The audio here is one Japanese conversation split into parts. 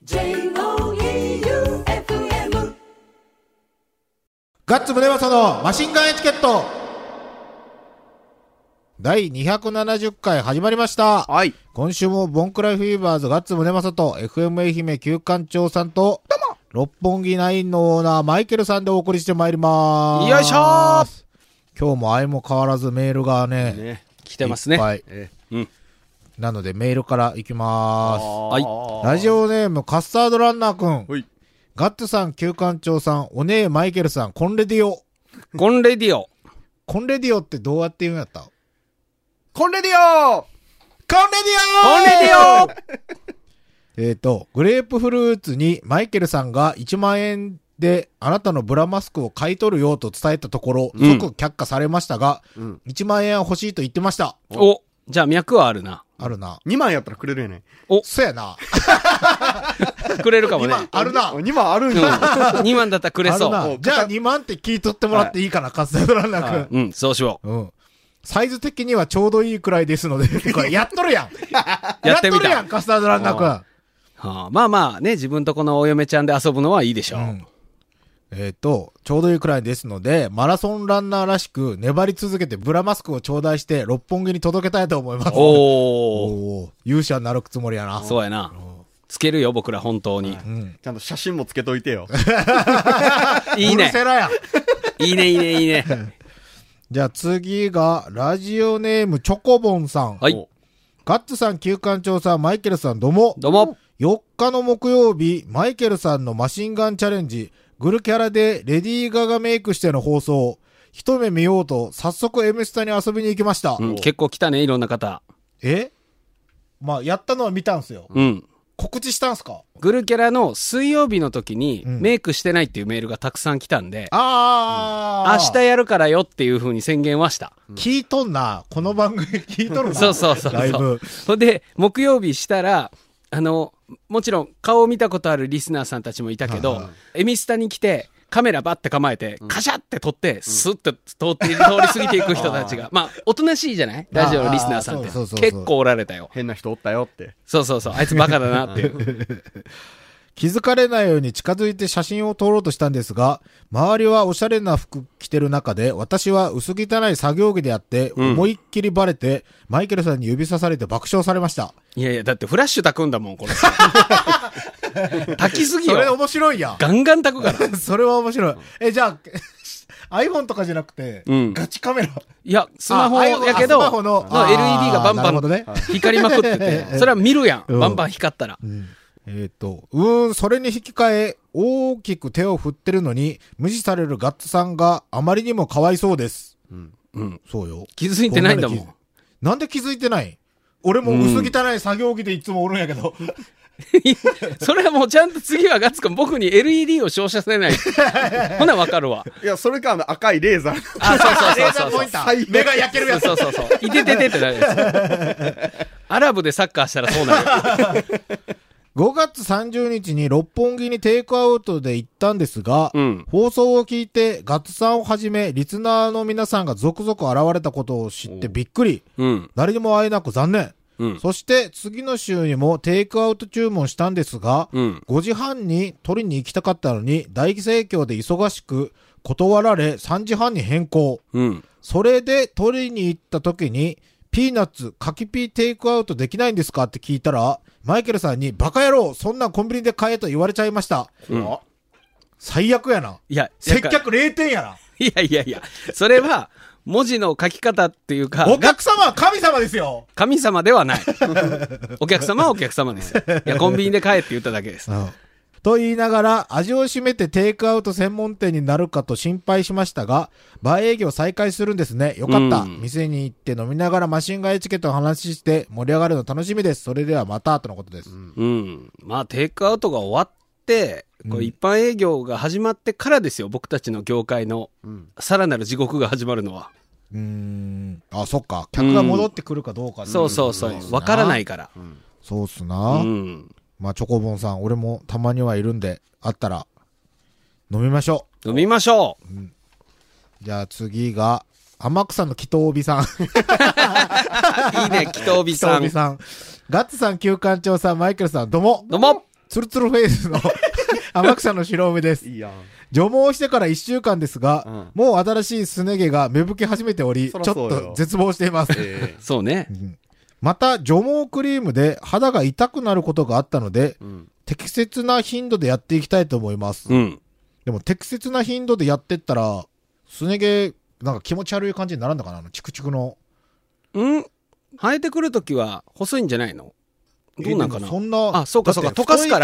J-O-E-U-F-M ガッツムネマソのマシンガンエチケット第270回始まりました。 はい。 今週もボンクライフィーバーズガッツムネマソと FM 愛媛旧館長さんと六本木ナインのオーナーマイケルさんでお送りしてまいりまーす。 よいしょー。 今日も相も変わらずメールがね、 来てますね。 いっぱい。なのでメールからいきまーす。 はい。 ラジオネームカスタードランナーくん。 はい。 ガッツさん、旧館長さん、おねえマイケルさん、コンレディオ。 コンレディオ。 コンレディオってどうやって言うんやった？ コンレディオコンレディオグレープフルーツにマイケルさんが1万円であなたのブラマスクを買い取るよと伝えたところ、即却下されましたが、1万円は欲しいと言ってました。 お、じゃあ脈はあるな。 あるな。 2万やったらくれるよね。 そうやな。 くれるかもね。 あるな。 2万あるんや。 2万だったらくれそう。 あるな。じゃあ2万って聞い取ってもらっていいかな、カスタードランナー君。 うん、そうしよう。 サイズ的にはちょうどいいくらいですので、これやっとるやん。 やってみた。 やっとるやん、カスタードランナー君。 まあまあね、自分とこのお嫁ちゃんで遊ぶのはいいでしょう。 ちょうどいいくらいですので、マラソンランナーらしく粘り続けてブラマスクを頂戴して六本木に届けたいと思います。おー。勇者になるつもりやな。 そうやな。つけるよ、僕ら本当に。 ちゃんと写真もつけといてよ。 いいね。 ブルセラやん。 いいね、いいね、いいね。 じゃあ次が、ラジオネームチョコボンさん。 はい。 ガッツさん、旧館長さん、マイケルさん、どうも。 どうも。 4日の木曜日、マイケルさんのマシンガンチャレンジ、グルキャラでレディーガガメイクしての放送、一目見ようと、早速 M スタに遊びに行きました。 結構来たね、いろんな方。 まあ、やったのは見たんすよ。告知したんすか？ グルキャラの水曜日の時にメイクしてないっていうメールがたくさん来たんで、明日やるからよっていう風に宣言はした。 聞いとんな。この番組聞いとるな。 そうそうそう。 だいぶ。 ほんで、木曜日したら、もちろん顔を見たことあるリスナーさんたちもいたけど、エミスタに来て、カメラバッて構えて、カシャって撮って、スッて通り過ぎていく人たちが、まあ、おとなしいじゃないラジオのリスナーさんって。結構おられたよ。 変な人おったよって。 そうそうそう。あいつバカだなっていう。 気づかれないように近づいて写真を撮ろうとしたんですが、周りはおしゃれな服着てる中で、私は薄汚い作業着であって、思いっきりバレて、マイケルさんに指さされて爆笑されました。 いやいや、だってフラッシュ焚くんだもん、これ。焚きすぎよ。 それ面白いやん。 ガンガン焚くから。 それは面白い。じゃあ、iPhone とかじゃなくて、ガチカメラ。 いや、スマホやけど、 スマホの LED がバンバン光りまくってて、それは見るやん。バンバン光ったら。 それに引き換え、大きく手を振ってるのに、無視されるガッツさんがあまりにもかわいそうです。そうよ。 気づいてないんだもん。 なんで気づいてない？俺も薄汚い作業着でいつもおるんやけど。 それはもうちゃんと次はガッツくん僕に LED を照射せない。ほなわかるわ。 いや、それか赤いレーザー。 そうそうレーザーポインター。目が焼けるやつ。 そうそうそう。いてててってなるやつ。アラブでサッカーしたらそうなる。 5月30日に六本木にテイクアウトで行ったんですが、放送を聞いてガッツさんをはじめリスナーの皆さんが続々現れたことを知ってびっくり。誰にも会えなく残念。そして次の週にもテイクアウト注文したんですが、5時半に取りに行きたかったのに大盛況で忙しく断られ3時半に変更。それで取りに行った時にピーナッツ、柿ピーテイクアウトできないんですかって聞いたら、マイケルさんにバカ野郎そんなんコンビニで買えと言われちゃいました。最悪やな。 いや、 接客0点やな。 いやいやいや、それは、文字の書き方っていうか。 お客様は神様ですよ。 神様ではない。お客様はお客様ですよ。いや、コンビニで買えって言っただけです。 と言いながら、味を占めてテイクアウト専門店になるかと心配しましたが、バー営業再開するんですね。よかった。店に行って飲みながらマシンガンエチケットの話して盛り上がるの楽しみです。それではまた、とのことです。 まあ、テイクアウトが終わって、これ一般営業が始まってからですよ。僕たちの業界の、さらなる地獄が始まるのは。 そっか。客が戻ってくるかどうか。 そうそうそう。わからないから。 そうっすな。まあ、チョコボンさん、俺もたまにはいるんで、あったら、飲みましょう。飲みましょう。 じゃあ次が、天草の北帯さん。 いいね、北帯さん。 北帯さん。ガッツさん、旧館長さん、マイケルさん、どうも。 どうも。 ツルツルフェイスの天草の白梅です。 いいやん。 除毛してから1週間ですが、もう新しいすね毛が芽吹き始めており、ちょっと絶望しています。 そうね。 また、除毛クリームで肌が痛くなることがあったので、適切な頻度でやっていきたいと思います。でも適切な頻度でやってったら、すね毛、なんか気持ち悪い感じにならんのかな、チクチクの。 生えてくるときは細いんじゃないの？どうなんかな。 そんな、 あ、そうかそうか、溶かすから。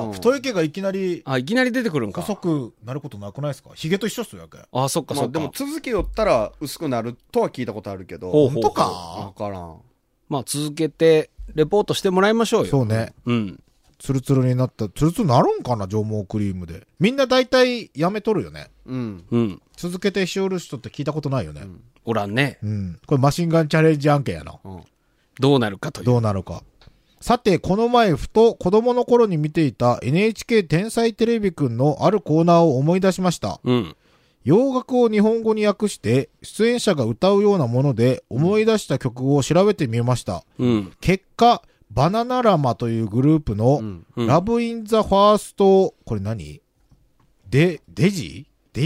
太い毛がいきなり、 いきなり出てくるんか。 細くなることなくないですか？ヒゲと一緒っすよ、やけ。 あ、そっかそっか。 でも続けよったら薄くなるとは聞いたことあるけど。 本当か？ わからん。 まあ続けて、レポートしてもらいましょうよ。 そうね。ツルツルになった。ツルツルなるんかな、除毛クリームで。みんな大体やめとるよね。続けてしおる人って聞いたことないよね。 おらんね。 これマシンガンチャレンジ案件やな。 どうなるかという。 どうなるか。さて、この前ふと子供の頃に見ていた NHK 天才テレビくんのあるコーナーを思い出しました。洋楽を日本語に訳して出演者が歌うようなもので思い出した曲を調べてみました。結果、バナナラマというグループのラブインザファースト、これ何？デグリ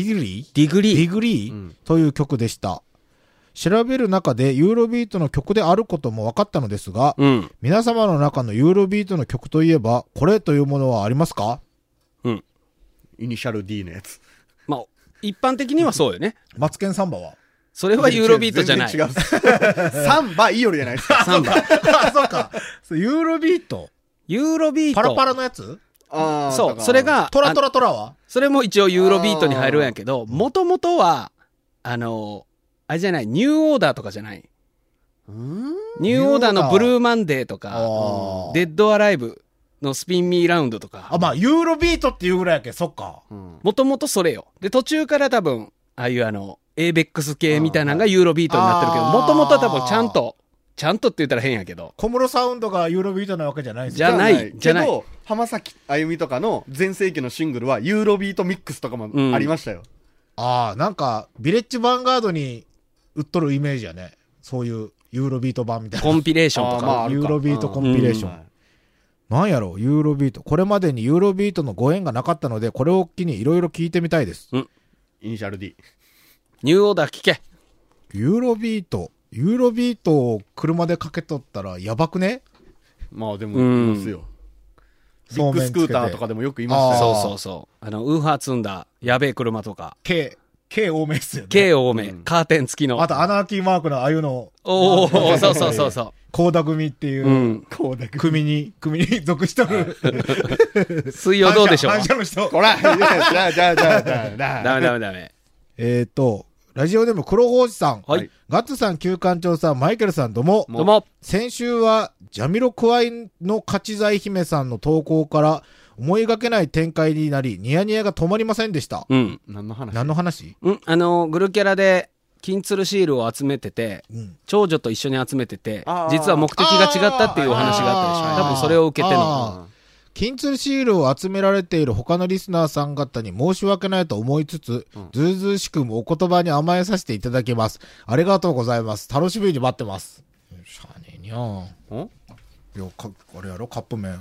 ーという曲でした。調べる中でユーロビートの曲であることも分かったのですが、皆様の中のユーロビートの曲といえば、これというものはありますか？ イニシャル D のやつ。 まあ、一般的にはそうよね。 マツケンサンバは？ それはユーロビートじゃない。 全然違う。サンバいいよりじゃないですか。 サンバ。 あ、そうか。ユーロビート。 ユーロビート。 パラパラのやつ？ そう。それが、 トラトラトラは？ それも一応ユーロビートに入るんやけど、もともとは、あれじゃない、ニューオーダーとかじゃない。ニューオーダーのブルーマンデーとか、デッドアライブのスピンミーラウンドとか。 まあ、ユーロビートっていうぐらいやけ、そっか。 もともとそれよ。で、途中から多分、ああいうABEX 系みたいなのがユーロビートになってるけど、もともとは多分ちゃんとって言ったら変やけど。 小室サウンドがユーロビートなわけじゃないんですよ。じゃない。 けど、浜崎あゆみとかの全盛期のシングルはユーロビートミックスとかもありましたよ。 なんか、ビレッジヴァンガードに売っとるイメージやね。そういうユーロビート版みたいな。 コンピレーションとか。 ユーロビートコンピレーション。なんやろ、ユーロビート。これまでにユーロビートのご縁がなかったので、これを機にいろいろ聞いてみたいです。 イニシャル D。 ニューオーダー聞け。 ユーロビートを車でかけとったらやばくね？ まあでも、いますよ。ビッグスクーターとかでもよくいましたよ。そう。ウーハー積んだやべえ車とか。 K 多めっすよね。 K 多め。カーテン付きの。 あとアナーキーマークのああいうの。 そう。 コーダ組っていう、組に属しとる。 水曜どうでしょう？ 反射の人。 こら、じゃあ。 ダメ。 ラジオネーム黒宝司さん。 はい。 ガッツさん、旧館長さん、マイケルさん、どうも。先週は、ジャミロクワイの勝ち財姫さんの投稿から、思いがけない展開になり、ニヤニヤが止まりませんでした。 何の話？ グルキャラで、金鶴シールを集めてて、長女と一緒に集めてて、実は目的が違ったっていうお話があったでしょ。多分それを受けての。 金鶴シールを集められている他のリスナーさん方に申し訳ないと思いつつ、ずうずうしくもお言葉に甘えさせていただきます。ありがとうございます。楽しみに待ってます。しゃあねえにゃー。あれやろ、カップ麺。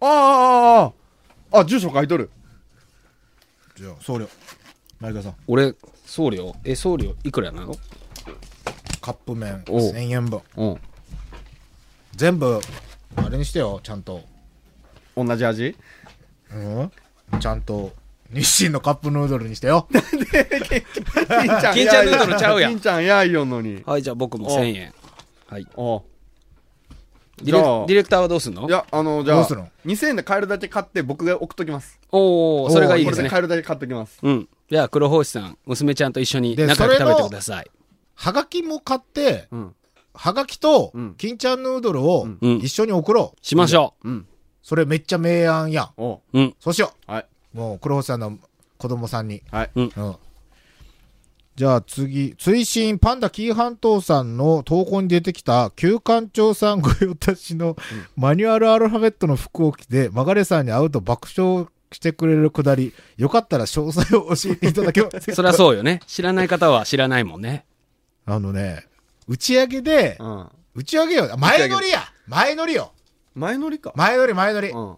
住所書いとる。 じゃあ、送料。前川さん。 俺、送料いくらなの？ カップ麺1000円分。全部、あれにしてよ、ちゃんと。 同じ味？ ちゃんと、日清のカップヌードルにしてよ。 金ちゃんヌードルちゃうやん。 金ちゃんやいよんのに。 はい、じゃあ僕も1000円。はい。ディレクターはどうすんの？ いや、じゃあ、 どうするの 2000円で買えるだけ買って僕が送っときます。 それがいいですね。 これで買えるだけ買っときます。 じゃあ、黒星さん、娘ちゃんと一緒に仲良く食べてください。 はがきも買って、はがきと、金ちゃんヌードルを一緒に送ろう。 しましょう。 それめっちゃ明暗やん。そうしよう。はい。 もう、黒星さんの子供さんに。 はい。 じゃあ次、追伸パンダ紀伊半島さんの投稿に出てきた旧館長さんご用達のマニュアルアルファベットの服を着てマガレさんに会うと爆笑してくれるくだり、よかったら詳細を教えていただけますか？ そりゃそうよね。知らない方は知らないもんね。 打ち上げで、打ち上げよ。前乗りよ。 前乗りか。 前乗り。 うん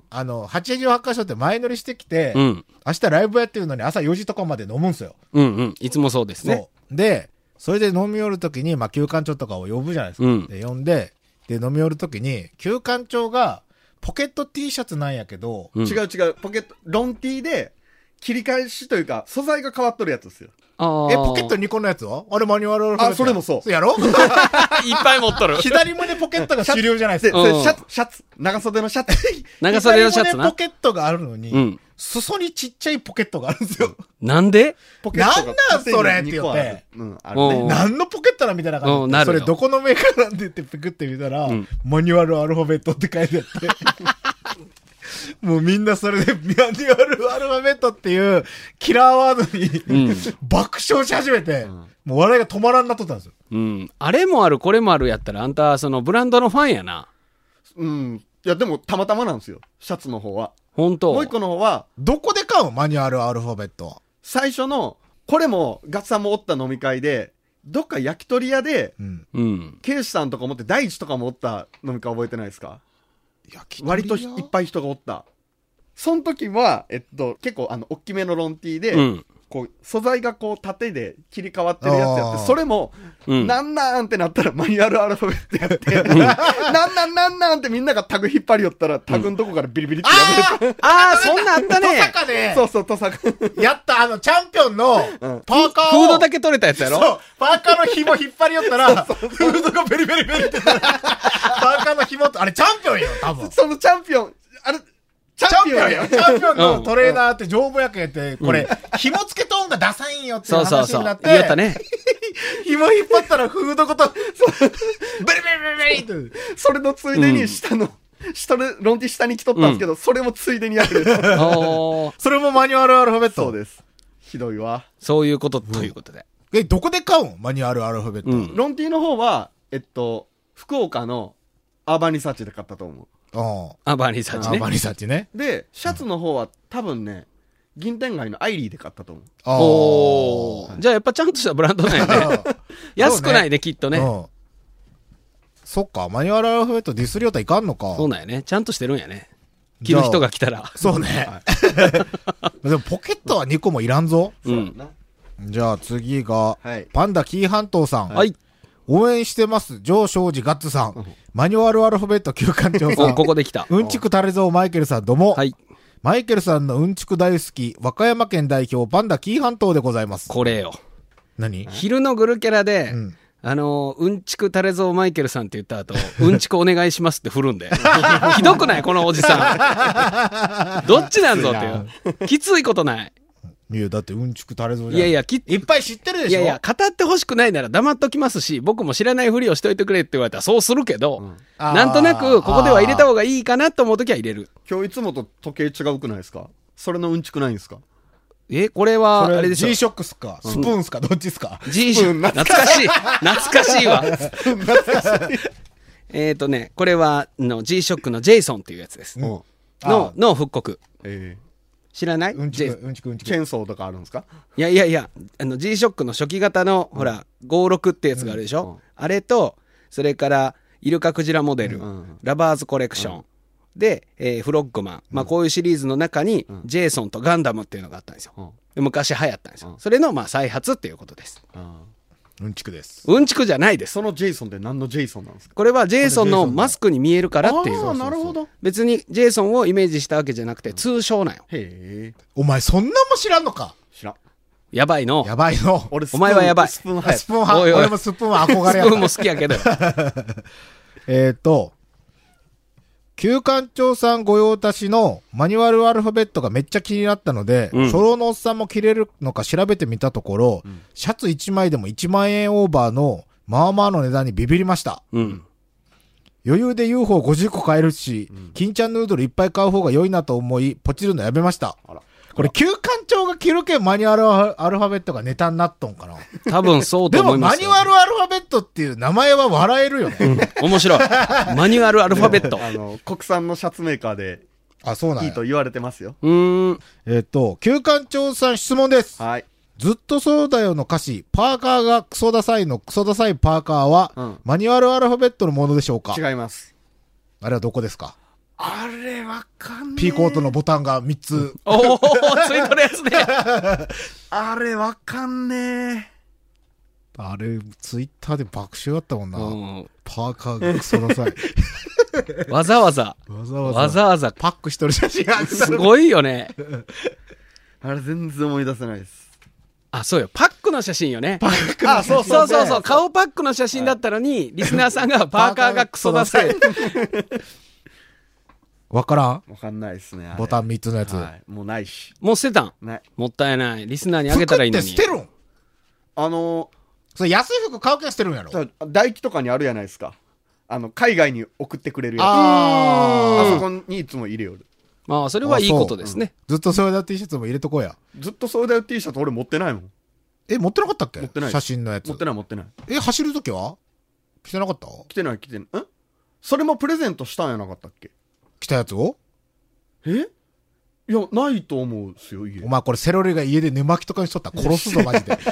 88箇所って前乗りしてきて、 うん。 明日ライブやってるのに朝4時とかまで飲むんすよ。 うんうん。いつもそうですね。 そう。で、それで飲み寄るときに、まあ、休館長とかを呼ぶじゃないですか。 うんで、呼んで、で、飲み寄るときに、休館長が、ポケット T シャツなんやけど、 うん違う、ポケット、ロン T で、切り返しというか、素材が変わっとるやつですよ。 ああ。 ポケット2個のやつはあれマニュアルアルファベットやそれもそうやろいっぱい持っとる。 左胸ポケットが主流じゃないですで、 か。 うんそれシャツ、長袖のシャツ。 長袖のシャツな左胸ポ。ケットがあるのに、 うん。 裾にちっちゃいポケットがあるんですよ。 なんでポケットがなんなんそれって言って縦に二個あるうん、あるうんね。 何のポケットなみたいな感じで。 うんなるよそれどこのメーカーなんでってピクって見たら、 うんマニュアルアルファベットって書いてあって。もうみんなそれでマニュアルアルファベットっていうキラーワードに、 うん。 爆笑し始めて、 んもう笑いが止まらんなっとったんですよ。 うん。あれもある、これもあるやったら、あんた、そのブランドのファンやな。 うん。いや、でも、たまたまなんですよ。シャツの方は。 本当もう一個の方は、 どこで買うのマニュアルアルファベットは。 最初の、これも、ガッツさんもおった飲み会で、どっか焼き鳥屋で、 うん。 うん。 ケイシさんとか持って、大地とかもおった飲み会覚えてないですか？ 焼き鳥屋割といっぱい人がおった。その時は、結構、大きめのロンティーで、 うん。 こう、素材がこう、縦で切り替わってるやつやって、 あーそれも、 うん。 なんなんってなったらマニュアルアルファベットやって、なんなんってみんながタグ引っ張り寄ったら、タグのとこからビリビリってやめる。 ああ、そんなんあったまね。 さかね、 そうそう、トサカ。 やったチャンピオンのパーカーを、 フードだけ取れたやつやろそう、パーカーの紐引っ張り寄ったら、フードがベリベリベリってなる。パーカーの紐と、あれチャンピオンよ、多分。 そのチャンピオン、あれ、チチャンピオンよ。チャンピオンのトレーナーって丈夫やけんって、これ、紐付けとんがダサいんよっていうそうそうそう話になっ。て、 言ったね。 紐引っ張ったらフードごと、ベリベリベリベリって。 それのついでに下の、下で、ロンティ下に来とったんですけど、それもついでにやる。 おーそれもマニュアルアルファベット。 そうです。ひどいわ。 そういうことということで。 どこで買うんマニュアルアルファベット。 うん。 ロンティの方は、福岡のアーバンリサーチで買ったと思う。 アバニサーチね。 マニサッチね。 で、シャツの方は多分ね、銀天街のアイリーで買ったと思う。 おー。じゃあやっぱちゃんとしたブランドなんやね。安くないね、きっとね。 うん。そっか、マニュアルアルファベットディスりよったらいかんのか。 そうなんやね。ちゃんとしてるんやね。着る人が来たら。 そうね。でもポケットは2個もいらんぞ。 うん。 な。 じゃあ次が、 はい。 パンダキー半島さん。 はい。 応援してます。上庄司ガッツさん。マニュアルアルファベット旧館長さお、 ん。 ここで来た。 うんちくタレゾウマイケルさんどうも。 はい。 マイケルさんのうんちく大好き、和歌山県代表パンダキー半島でございます。 これよ。 何昼のグルキャラで、 うんうんちくタレゾウマイケルさんって言った後、うんちくお願いしますって振るんで。ひどくないこのおじさん。どっちなんぞっていう。きついことない。 いや、だってうんちくタレゾウじゃん。 いやいや、 いっぱい知ってるでしょいやいや、語ってほしくないなら黙っときますし、僕も知らないふりをしといてくれって言われたらそうするけど、 あーなんとなくここでは入れた方がいいかなと思うときは入れる。 今日いつもと時計違うくないですか？それのうんちくないんですか？ これは、 それあれでしょ。 G ショックっすかスプーンっすかどっちっすか G ショック。懐かしい。懐かしいわ。これは、G ショックのジェイソンっていうやつです。 うん。 の復刻。 え知らないうんちく、うんちく、うんちチェく。 ーンソーとかあるんですか？ いやいやいや、G ショックの初期型の、ほら、56ってやつがあるでしょ、 うんあれと、それから、イルカクジラモデル、 うんラバーズコレクション、で、フロッグマン。まあ、こういうシリーズの中に、ジェイソンとガンダムっていうのがあったんですよ。 うんで昔流行ったんですよ。それの、まあ、再発っていうことです。 うんちくです。 うんちくじゃないです。 そのジェイソンって何のジェイソンなんですか？ これはジェイソンのマスクに見えるからっていう。 ああ、なるほど。 別にジェイソンをイメージしたわけじゃなくて、通称なんよ。 へえ。 お前そんなんも知らんのか知らん。 やばいの。 やばいの。 俺お前はやばいスプーン派スプーン派。 おいおい俺もスプーンは憧れやスプーンも好きやけど。 旧館長さん御用達のマニュアルアルファベットがめっちゃ気になったので、 うん初老のおっさんも着れるのか調べてみたところ、シャツ1枚でも1万円オーバーのまあまあの値段にビビりました。 うん。 余裕で UFO50 個買えるし、金ちゃんヌードルいっぱい買う方が良いなと思い、ポチるのやめました。 あら。 これ、旧館長が着るけんマニュアルアルファベットがネタになっとんかな。 多分そうとでも、 思いますよ。 マニュアルアルファベットっていう名前は笑えるよね。 面白い。マニュアルアルファベット。 国産のシャツメーカーであ、そうなんやいいと。言われてますよ。 旧館長さん質問です。 はい。 ずっとそうだよの歌詞、パーカーがクソダサいのクソダサいパーカーは、 うんマニュアルアルファベットのものでしょうか？ 違います。 あれはどこですか？ あれわかんねえ。 ピーコートのボタンが3つ。 おお、ついとるやつね。 あれわかんねあれ、ツイッターで爆笑だったもんな。 うんパーカーがクソダサい。 わざわざ、 わざわざパックしとる写真がすごいよね。 え。あれ全然思い出せないです。 あ、そうよ。パックの写真よね。 あ、そうそうそうそう。顔パックの写真だったのに、リスナーさんがパーカーがクソダサい。 わからんわかんないですね。あれボタン3つのやつ。 はい。もうないし。 もう捨てたんない。 もったいない。リスナーにあげたらいいのに。 服って捨てるんそれ安い服買うけん捨てるんやろ唾液とかにあるやないですか。海外に送ってくれるやつ。 ああそこにいつも入れよる。 まあ、それはいいことですね。 ずっとそれだ T シャツも入れとこうや。 ずっとそうだよ T シャツ俺持ってないもん。 持ってなかったっけ持ってない写真のやつ。 持ってない持ってない。 走るときは着てなかった来てない来てない。それもプレゼントしたんやなかったっけ？ 着たやつをいや、ないと思うっすよ、家。 お前これセロリが家で寝巻きとかにしとったら殺すぞ、マジで。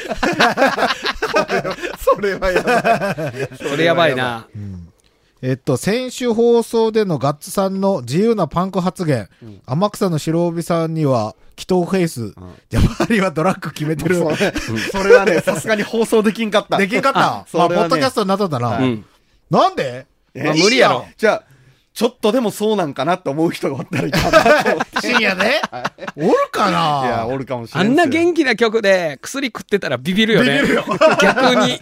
それはやばい。 それやばいな。 先週放送でのガッツさんの自由なパンク発言、天草の白帯さんには、祈祷フェイス、ジャパリはドラッグ決めてる。 それはね、さすがに放送できんかった。 できんかった。まあ、ポそれはねッドキャストになっとったな。 うん。 なんでまあ無理やろ。 じゃあ、ちょっとでもそうなんかなって思う人がおったらいいかなと思って。 深夜でおるかないや、おるかもしれあない。 んな元気な曲で薬食ってたらビビるよね。 ビビるよ逆に。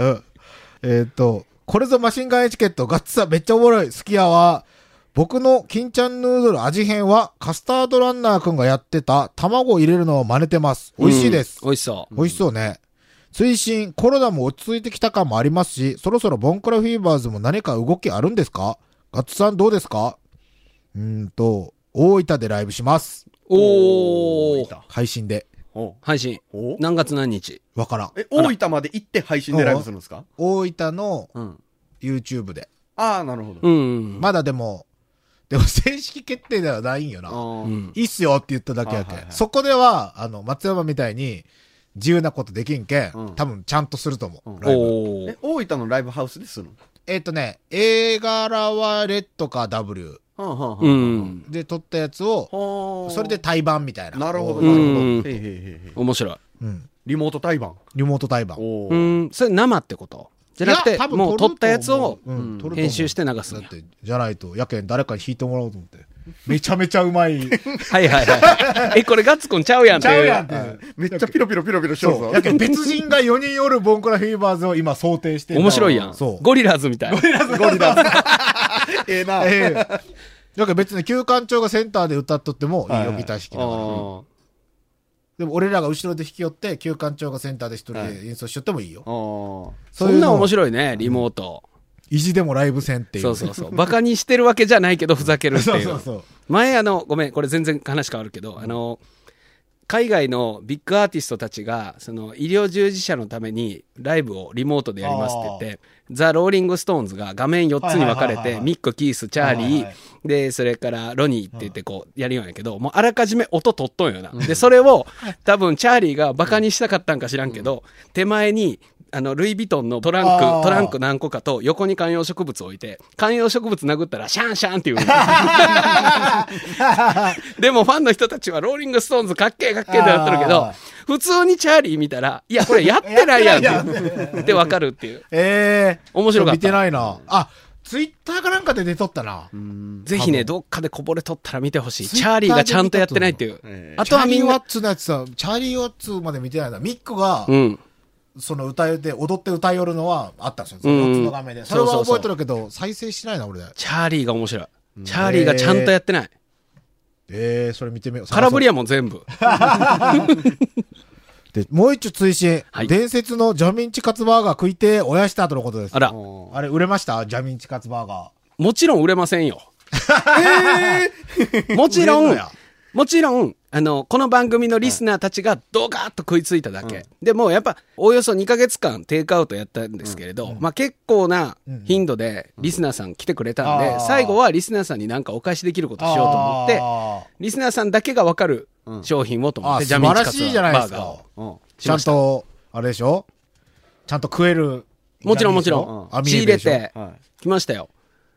これぞマシンガンエチケット、ガッツさんめっちゃおもろい。好きやわ。僕の金ちゃんヌードル味変は、カスタードランナーくんがやってた卵を入れるのを真似てます。美味しいです。 美味しそう。 美味しそうね。推進、コロナも落ち着いてきた感もありますし、そろそろボンクラフィーバーズも何か動きあるんですか？ガッツさんどうですか？大分でライブします。 おー。 配信で。 配信。 お何月何日？ わからん。 大分まで行って配信でライブするんですか？ 大分のうん。 YouTube で。 ああ、なるほど。 うん。 まだでも正式決定ではないんよな。 うんいいっすよって言っただけやけん。 はいはいはいそこでは、松山みたいに自由なことできんけん、 うん多分ちゃんとすると思う。 うんライブおー。 大分のライブハウスでするの？ 映画らはレッドか W うはんはんはん。 ん。 で撮ったやつを、 はあ。 それで対バンみたいな。 なるほど、 うなるほど。 んへいへいへいへい。 面白い。 うん。 リモート対バン。 リモート対バン。 おー。 うん。それ生ってことじゃなくて、もう撮ったやつを撮ると思う編集して流すんや。 だって、じゃないと、やけん誰かに弾いてもらおうと思って。めちゃめちゃうまい。 はいはいはい。これガッツくんちゃうやんっていう。 ちゃうやんって。 めっちゃピロピロピロピロしようそう。 ぞや。けん別人が4人おるボンクラフィーバーズを今想定して。 面白いやん。 そう。 ゴリラーズみたい。 ゴリラ。ええな。 だから別に旧館長がセンターで歌っとってもいいよ、 はいギター弾きながら。 あでも俺らが後ろで弾き寄って、旧館長がセンターで一人で演奏しよってもいいよ。 あ。 そんなん面い。 白いね、リモート。 意地でもライブ戦っていう。 そうそうそう。バカにしてるわけじゃないけど、ふざけるってそういそうう。そう。 前ごめん、これ全然話変わるけど、海外のビッグアーティストたちが、その医療従事者のためにライブをリモートでやりますって言って、ザ・ローリング・ストーンズが画面4つに分かれて、 はいはいはいはいミック、キース、チャーリーはいはいはい、 で、それからロニーって言ってこうやるようんやけど、もうあらかじめ音取っとんよな。で、それを多分チャーリーがバカにしたかったんか知らんけど、手前に、ルイ・ヴィトンのトランク何個かと横に観葉植物を置いて、観葉植物殴ったらシャンシャンって言うんだでもファンの人たちはローリングストーンズかっけーかっけーってなってるけど、普通にチャーリー見たら、いや、これやってないやんってわかるっていう。面白かった見てないな。あ、ツイッターかなんかで出とったな。 ぜひね、どっかでこぼれとったら見てほしい。チャーリーがちゃんとやってないっていう。あチャーリー・とはみんな、 ワッツのやつさ、チャーリー・ワッツまで見てないな。ミックが、 うん。 その歌で、踊って歌いよるのはあったんですよ。そうんの4つの画面で。それは覚えてるけど、再生してないな、俺。 チャーリーが面白い。チャーリーがちゃんとやってない。 それ見てみよう。 空振りやもん全部。 で、もう一丁追伸。 はい伝説のジャミンチカツバーガー食いて、おやした後のことです。 あら、 あれ、売れましたジャミンチカツバーガもちろん売れませんよ。もー。 ちろん売れのや、 もちろん、この番組のリスナーたちがドガーッと食いついただけ。でもやっぱ、おおよそ2ヶ月間テイクアウトやったんですけれど、まあ結構な頻度でリスナーさん来てくれたんで、最後はリスナーさんになんかお返しできることしようと思って、リスナーさんだけがわかる商品をと思って、 素晴らしいじゃないですか。ちゃんしました。 と、あれでしょちゃんと食える。 もちろんもちろん。 網仕入れては来ましたよ。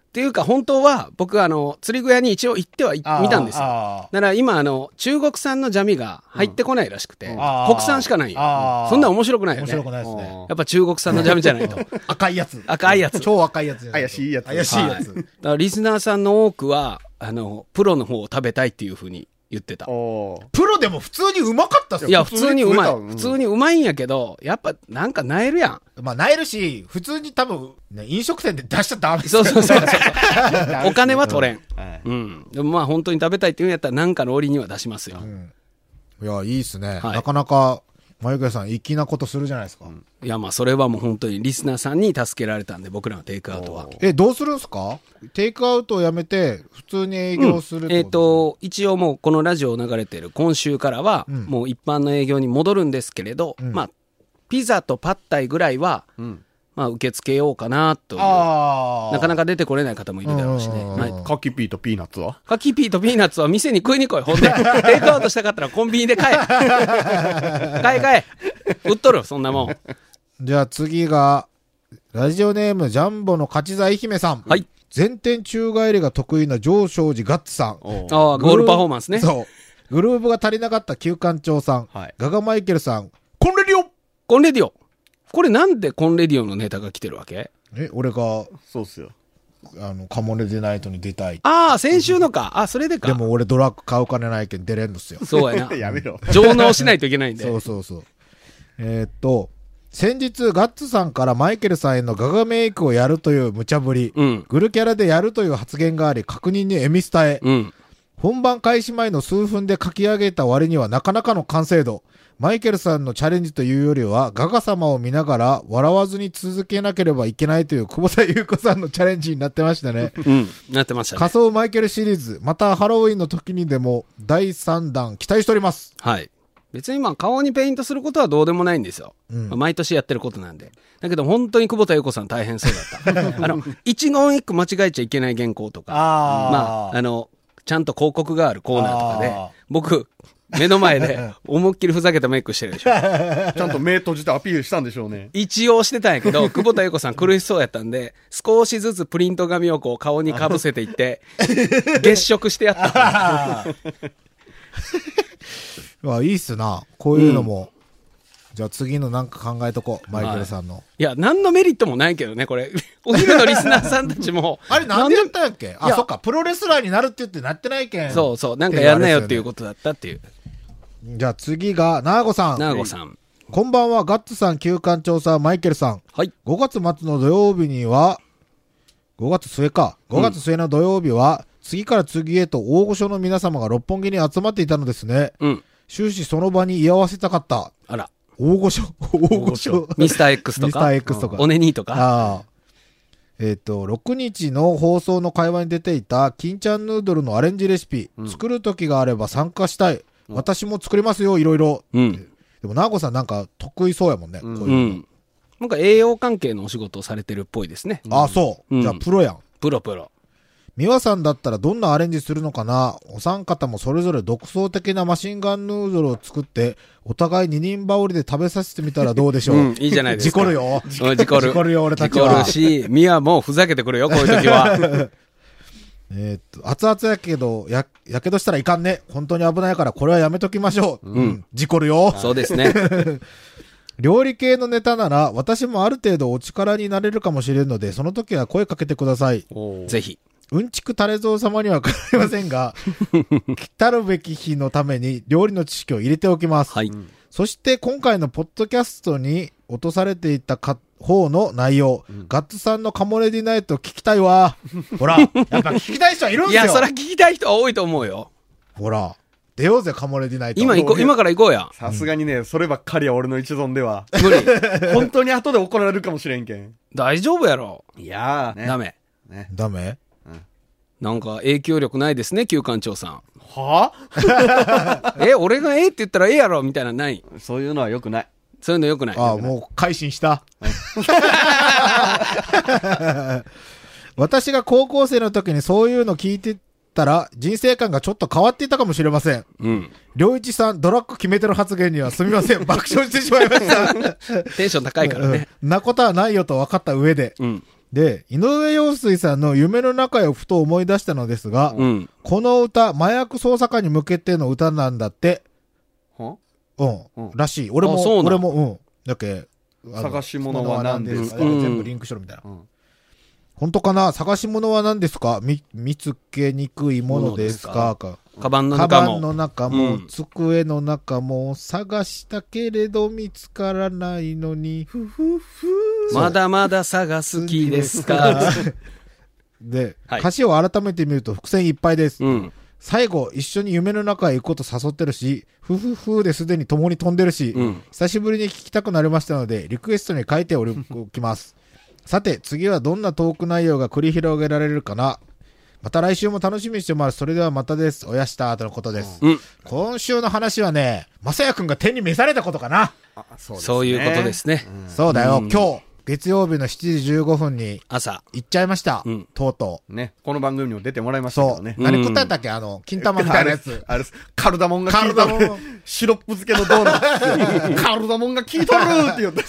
っていうか、本当は、僕、釣り具屋に一応行っては見たんですよ。だから今、中国産のジャミが入ってこないらしくて、国産しかないよ。そんな面白くないよね。 面白くないですね。 やっぱ中国産のジャミじゃないと。 赤いやつ。 赤いやつ。 超赤いやつじゃない。 怪しいやつ。 怪しいやつ。 だからリスナーさんの多くは、プロの方を食べたいっていうふうに言ってた。 プロでも普通にうまかったっすよ。 いや、普通にうまい。 うん普通にうまいんやけど、やっぱなんかなえるやん。 まあ、なえるし、普通に多分、ね、飲食店で出しちゃダメですそうよ。 そうそうそう。お金は取れん。 はいうん。でもまあ本当に食べたいっていうんやったらなんかの折には出しますよ。 いや、いいっすね。 はいなかなか、まゆかさん、粋なことするじゃないですか。 いやまあそれはもう本当にリスナーさんに助けられたんで、僕らのテイクアウトは。 どうするんすか？テイクアウトをやめて、普通に営業するってこと一応もうこのラジオを流れてる今週からは、もう一般の営業に戻るんですけれど、まあ、ピザとパッタイぐらいは、まあ受け付けようかなという。 ああ。 なかなか出てこれない方もいるだろうしね。まあカキピーとピーナッツはカキピーとピーナッツは店に食いに来い。ほんで、テイクアウトしたかったらコンビニで買え。買え。売っとる、そんなもん。 じゃあ次が、ラジオネームジャンボの勝ち座愛媛さん。 はい。 前転宙返りが得意な上昇寺ガッツさん。 ああ、ゴールパフォーマンスね。 そう。グルーブが足りなかった旧館長さん。 はいガガマイケルさん。コンレディオコンレディオ。これなんでコンレディオのネタが来てるわけ？ 俺が、 そうっすよ。 カモネデナイトに出たい。 ああ、先週のか。あ、それでか。 でも俺ドラッグ買う金ないけん出れんのっすよ。 そうやな。 やめろ。 上納しないといけないんで。 そうそうそう。先日ガッツさんからマイケルさんへのガガメイクをやるという無茶ぶり。 うん。 グルキャラでやるという発言があり、確認にエミスタへ。 うん。 本番開始前の数分で書き上げた割にはなかなかの完成度。マイケルさんのチャレンジというよりは、ガガ様を見ながら笑わずに続けなければいけないという久保田優子さんのチャレンジになってましたね。 うん。なってましたね。 仮想マイケルシリーズ、またハロウィンの時にでも第3弾期待しております。 はい。別にまあ顔にペイントすることはどうでもないんですよ。 うんまあ毎年やってることなんで。だけど本当に久保田優子さん大変そうだった。一言一句間違えちゃいけない原稿とか、まあ、ちゃんと広告があるコーナーとかで、僕、目の前で思いっきりふざけたメイクしてるでしょ。 ちゃんと目閉じてアピールしたんでしょうね。 一応してたんやけど、久保田優子さん苦しそうやったんで、少しずつプリント紙をこう顔にかぶせていって、月食してやった。 いいっすな。こういうのも。じゃあ次のなんか考えとこう。マイケルさんの。 いや、何のメリットもないけどね、これ。お昼のリスナーさんたちも。 あれなんでやったんやっけいやそっか。プロレスラーになるって言ってなってないけん。 そうそう、なんかやんなよっていうことだったっていう。 じゃあ次が、ナーゴさん。 ナーゴさん。 こんばんは、ガッツさん、旧館長さん、マイケルさん。 はい。 5月末の土曜日には、5月末か。5月末の土曜日は、次から次へと大御所の皆様が六本木に集まっていたのですね。 うん。 終始その場に居合わせたかった。 あら。 大御所大御所ミスター X とか。 ミスター X とか。 オネニーとか。 ああ。6日の放送の会話に出ていた、金ちゃんヌードルのアレンジレシピ。作る時があれば参加したい。私も作りますよ、いろいろ。 うん。 でも、ナーゴさんなんか得意そうやもんね。こういううのん。なんか栄養関係のお仕事をされてるっぽいですね。 ああ、そう。 うんじゃあ、プロやん。 プロプロ。 美和さんだったらどんなアレンジするのかな。お三方もそれぞれ独創的なマシンガンヌードルを作って、お互い二人羽織で食べさせてみたらどうでしょう。 うん、いいじゃないですか。 事故るよ。 うん事故る。 事故るよ、俺た事故ちは。 るし、ミヤもふざけてくるよ、こういう時は。 熱々やけど、やけどしたらいかんね。本当に危ないからこれはやめときましょう。うん。事故るよ。 そうですね。 料理系のネタなら、私もある程度お力になれるかもしれんので、その時は声かけてください。 ぜひ。 うんちくタレゾウ様にはかかりませんが、来たるべき日のために料理の知識を入れておきます。 はい。 そして今回のポッドキャストに落とされていた方の内容、ガッツさんのカモレディナイト聞きたいわ。ほら、やっぱ聞きたい人はいるんすよ。 いや、そりゃ聞きたい人は多いと思うよ。 ほら、出ようぜ、カモレディナイト。 今行こう、今から行こうや。 さすがにね、そればっかりは俺の一存では。 無理。 本当に後で怒られるかもしれんけん。 大丈夫やろ。 いやー、ね。 ダメ。 ダメなんか影響力ないですね、旧館長さん。 は俺がって言ったらやろみたいなのない。 そういうのは良くない。 そういうのよくない。 ああ、もう改心した。私が高校生の時にそういうの聞いてたら人生観がちょっと変わっていたかもしれません。 うん。 良一さん、ドラッグ決めてる発言にはすみません。爆笑してしまいました。 テンション高いからね。 なことはないよと分かった上で。 うん。 で、井上陽水さんの夢の中をふと思い出したのですが、この歌、麻薬捜査官に向けての歌なんだって。らしい。俺も、だっけ、 探し物は何ですか、 全部リンクしろみたいな。本当かな、探し物は何ですか、見つけにくいものですかカバンの中も、 机の中も探したけれど見つからないのに、 まだまだ探す気ですかで、歌詞を改めて見ると伏線いっぱいです。最後、一緒に夢の中へ行くこと誘ってるし、ですでに共に飛んでるし、久しぶりに聞きたくなりましたので、リクエストに書いておきます。さて、次はどんなトーク内容が繰り広げられるかな。また来週も楽しみにしてます。それではまたです。おやしたとのことです。今週の話はね、まさやくんが天に召されたことかな。 そういうことですね。 そうだよ。今日、月曜日の7時15分に朝行っちゃいました。とうとう。ね。この番組にも出てもらいましたけどね。 何食ったんだっけ、金玉みたいなやつ。 あれ、カルダモンが効いとる。シロップ漬けのドーナツ。カルダモンが効いとるって言った。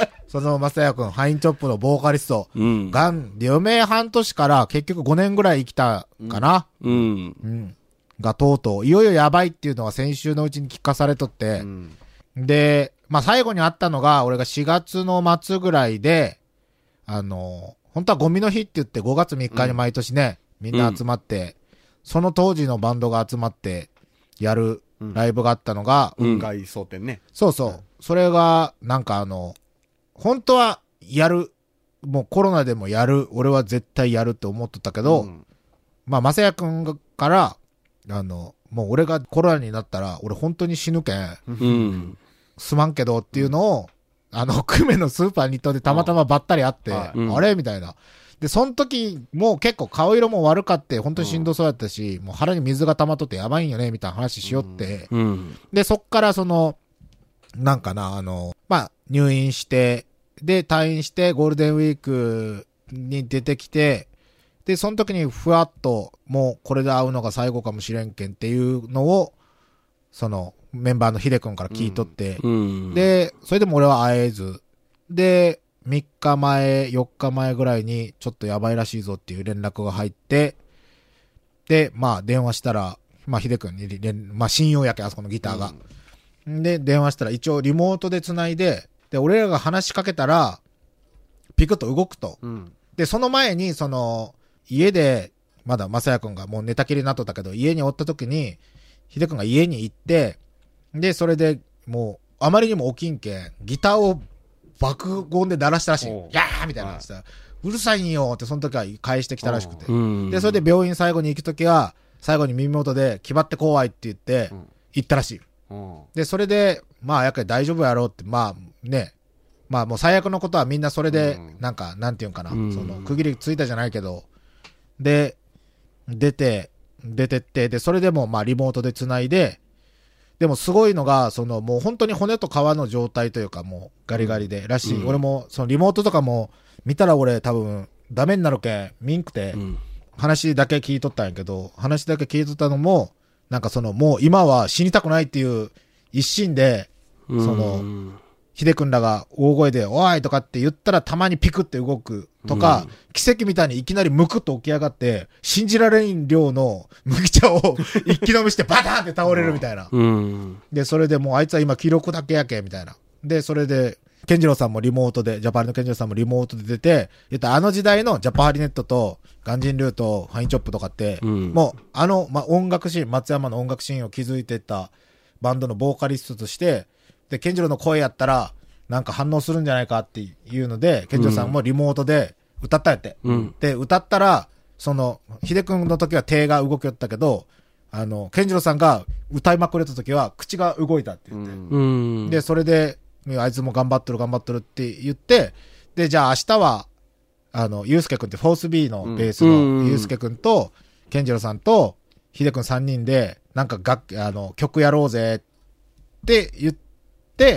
そのまさやくん、ハインチョップのボーカリスト。がん、余命半年から結局5年ぐらい生きたかな。がとうとう、いよいよやばいっていうのが先週のうちに聞かされとって。で、まあ、最後に会ったのが、俺が4月の末ぐらいで、本当はゴミの日って言って5月3日に毎年ね、みんな集まって、その当時のバンドが集まってやるライブがあったのが、 雲海蒼天ね。 そうそう。それが、なんか本当はやる、もうコロナでもやる、俺は絶対やるって思っとったけど、まあ、まさやくんから、もう俺がコロナになったら、俺本当に死ぬけん。すまんけどっていうのを、久米のスーパーに行ったでたまたまばったり会って、あれみたいな。で、その時も結構顔色も悪かって、本当にしんどそうやったし、もう腹に水が溜まっとってやばいんよね、みたいな話しよって。で、そっからなんかな、まあ、入院して、で、退院してゴールデンウィークに出てきて、で、その時にふわっと、もうこれで会うのが最後かもしれんけんっていうのを、メンバーのヒデ君から聞いとって、で、それでも俺は会えず、で、3日前、4日前ぐらいにちょっとやばいらしいぞっていう連絡が入って、で、まあ電話したら、まあヒデ君にまあ親友やけ、あそこのギターが。で、電話したら一応リモートで繋いで、で、俺らが話しかけたら、ピクッと動くと。で、その前に、家で、まだまさやくんがもう寝たきりになっとったけど、家におった時に、ヒデ君が家に行って、で、それで、もう、あまりにも起きんけん、ギターを爆音で鳴らしたらしい。やーみたいな話したら、うるさいんよってその時は返してきたらしくて。で、それで病院最後に行く時は、最後に耳元で、気張って怖いって言って、行ったらしい。で、それで、まあ、やっぱり大丈夫やろうって、まあ、ね、まあもう最悪のことはみんなそれで、なんか、なんていうんかな、区切りついたじゃないけど、で、出てって、で、それでもまあリモートで繋いで、でもすごいのが、もう本当に骨と皮の状態というか、もうガリガリで、らしい。俺も、リモートとかも、見たら俺多分、ダメになるけん、見んくて、話だけ聞いとったんやけど、話だけ聞いとったのも、なんかもう今は死にたくないっていう一心で、ヒデ君らが大声で、おいとかって言ったらたまにピクって動くとか、奇跡みたいにいきなりムクっと起き上がって、信じられん量の麦茶を一気飲みしてバターンって倒れるみたいな。で、それでもうあいつは今記録だけやけ、みたいな。で、それで、健次郎さんもリモートで、ジャパハリの健次郎さんもリモートで出て、あの時代のジャパハリネットと、ガンジンルーとファインチョップとかって、もうまあ、音楽シーン、松山の音楽シーンを築いてたバンドのボーカリストとして、で、健次郎の声やったら、なんか反応するんじゃないかっていうので、健次郎さんもリモートで歌ったんやって。で、歌ったら、秀君の時は手が動きよったけど、健次郎さんが歌いまくれた時は口が動いたって言って。で、それで、あいつも頑張ってるって言って、で、じゃあ明日は、ゆうすけくんってフォース B のベースのゆうすけくんと、健次郎さんと、秀君3人で、なんか曲やろうぜって言って、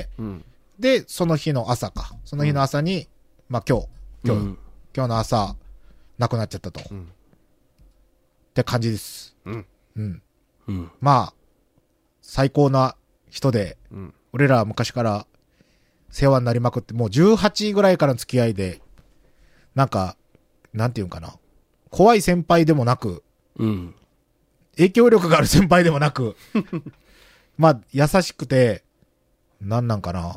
で、その日の朝に、まあ今日の朝、亡くなっちゃったと。って感じです。まあ、最高な人で、俺らは昔から世話になりまくって、もう18ぐらいからの付き合いで、 なんか、なんていうんかな。怖い先輩でもなく、 うん。 影響力がある先輩でもなく、まあ、優しくて、なんなんかな。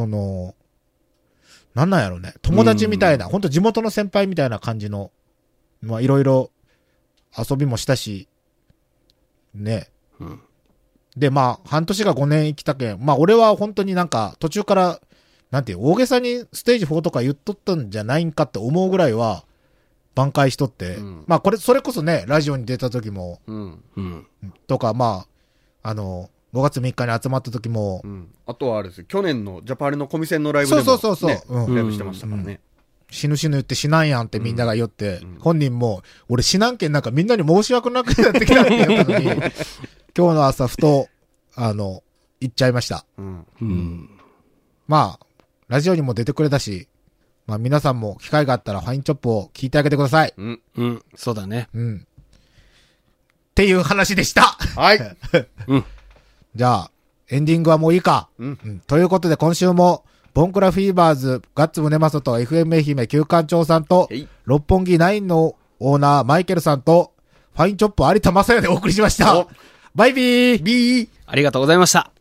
なんなんやろうね。友達みたいな、ほんと地元の先輩みたいな感じの、まあ、いろいろ遊びもしたし、ね。 うん。 で、まあ、半年が5年生きたけん、まあ、俺は本当になんか、途中から、なんていう、大げさにステージ4とか言っとったんじゃないんかって思うぐらいは、挽回しとって、まあ、それこそね、ラジオに出た時も、とか、まあ、5月3日に集まった時も、 あとはあれですよ、去年のジャパレのコミセンのライブでも、 そう、 ライブしてましたからね。 死ぬ言って死なんやんってみんなが言って、本人も、俺死なんけんなんかみんなに申し訳なくなってきたって言ったのに、今日の朝ふと、言っちゃいました。まあ、ラジオにも出てくれたし、まあ皆さんも機会があったらファインチョップを聞いてあげてください。 そうだね。 っていう話でした。 はい。 じゃあ、エンディングはもういいか。ということで今週も、ボンクラフィーバーズ、ガッツムネマソと FM 愛媛旧館長さんと、六本木9のオーナーマイケルさんと、ファインチョップ有田正也でお送りしました。バイビー。 ありがとうございました。